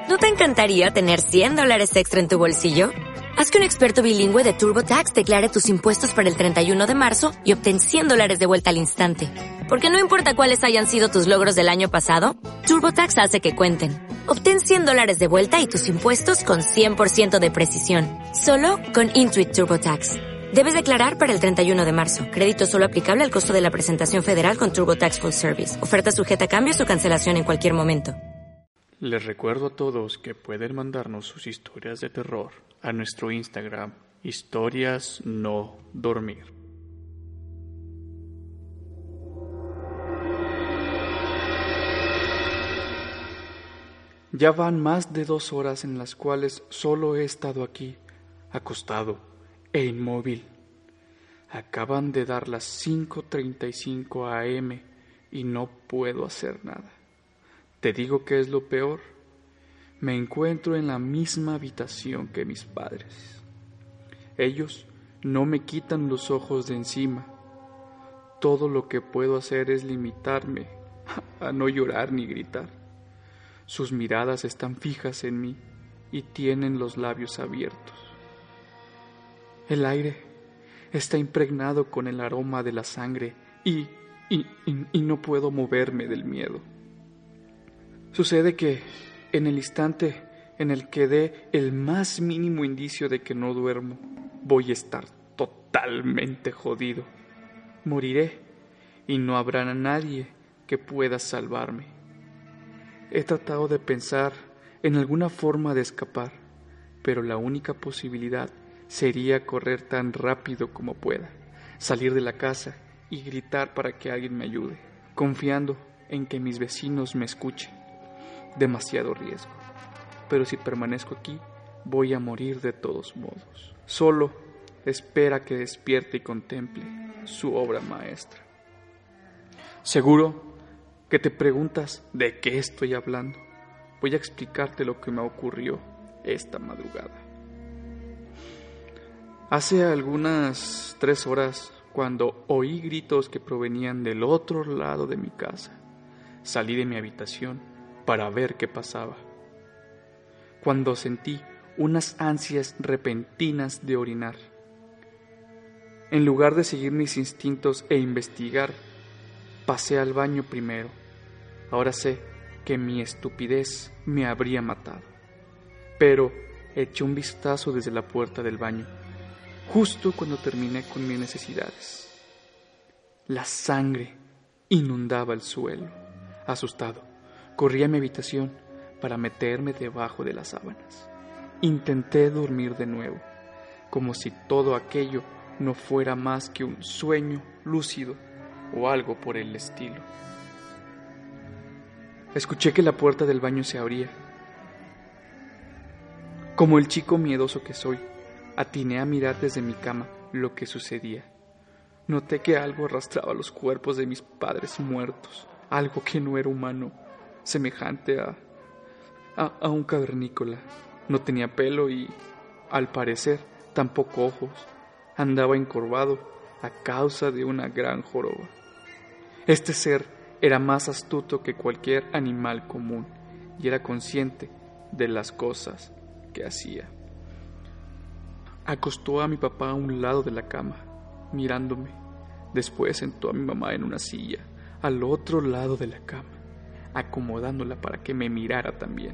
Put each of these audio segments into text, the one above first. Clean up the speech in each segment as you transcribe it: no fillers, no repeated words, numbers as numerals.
¿No te encantaría tener $100 extra en tu bolsillo? Haz que un experto bilingüe de TurboTax declare tus impuestos para el 31 de marzo y obtén $100 de vuelta al instante. Porque no importa cuáles hayan sido tus logros del año pasado, TurboTax hace que cuenten. Obtén $100 de vuelta y tus impuestos con 100% de precisión. Solo con Intuit TurboTax. Debes declarar para el 31 de marzo. Crédito solo aplicable al costo de la presentación federal con TurboTax Full Service. Oferta sujeta a cambios o cancelación en cualquier momento. Les recuerdo a todos que pueden mandarnos sus historias de terror a nuestro Instagram, Historias No Dormir. Ya van más de 2 horas en las cuales solo he estado aquí, acostado e inmóvil. Acaban de dar las 5:35 AM y no puedo hacer nada. Te digo que es lo peor. Me encuentro en la misma habitación que mis padres. Ellos no me quitan los ojos de encima. Todo lo que puedo hacer es limitarme a no llorar ni gritar. Sus miradas están fijas en mí y tienen los labios abiertos. El aire está impregnado con el aroma de la sangre y no puedo moverme del miedo. Sucede que en el instante en el que dé el más mínimo indicio de que no duermo, voy a estar totalmente jodido. Moriré y no habrá nadie que pueda salvarme. He tratado de pensar en alguna forma de escapar, pero la única posibilidad sería correr tan rápido como pueda, salir de la casa y gritar para que alguien me ayude, confiando en que mis vecinos me escuchen. Demasiado riesgo, pero si permanezco aquí, voy a morir de todos modos. Solo espera que despierte y contemple su obra maestra. Seguro que te preguntas de qué estoy hablando. Voy a explicarte lo que me ocurrió esta madrugada. Hace algunas 3 horas, cuando oí gritos que provenían del otro lado de mi casa, salí de mi habitación para ver qué pasaba. Cuando sentí unas ansias repentinas de orinar, en lugar de seguir mis instintos e investigar, pasé al baño primero. Ahora sé que mi estupidez me habría matado, pero eché un vistazo desde la puerta del baño, justo cuando terminé con mis necesidades. La sangre inundaba el suelo. Asustado, corrí a mi habitación para meterme debajo de las sábanas. Intenté dormir de nuevo, como si todo aquello no fuera más que un sueño lúcido o algo por el estilo. Escuché que la puerta del baño se abría. Como el chico miedoso que soy, atiné a mirar desde mi cama lo que sucedía. Noté que algo arrastraba los cuerpos de mis padres muertos, algo que no era humano, semejante a un cavernícola. No tenía pelo y, al parecer, tampoco ojos. Andaba encorvado a causa de una gran joroba. Este ser era más astuto que cualquier animal común y era consciente de las cosas que hacía. Acostó a mi papá a un lado de la cama, mirándome. Después sentó a mi mamá en una silla, al otro lado de la cama, acomodándola para que me mirara también.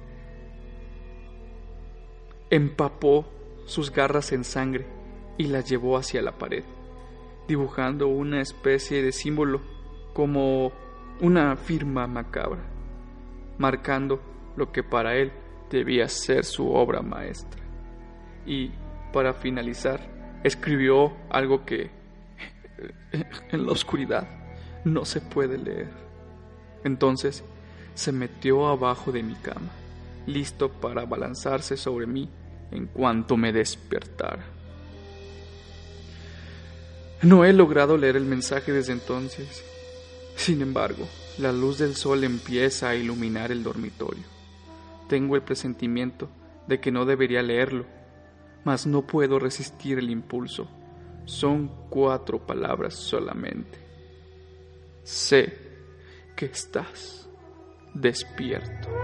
Empapó sus garras en sangre y las llevó hacia la pared, dibujando una especie de símbolo como una firma macabra, marcando lo que para él debía ser su obra maestra. Y, para finalizar, escribió algo que en la oscuridad no se puede leer. Entonces se metió abajo de mi cama, listo para abalanzarse sobre mí en cuanto me despertara. No he logrado leer el mensaje desde entonces. Sin embargo, la luz del sol empieza a iluminar el dormitorio. Tengo el presentimiento de que no debería leerlo, mas no puedo resistir el impulso. Son 4 palabras solamente. Sé que estás despierto.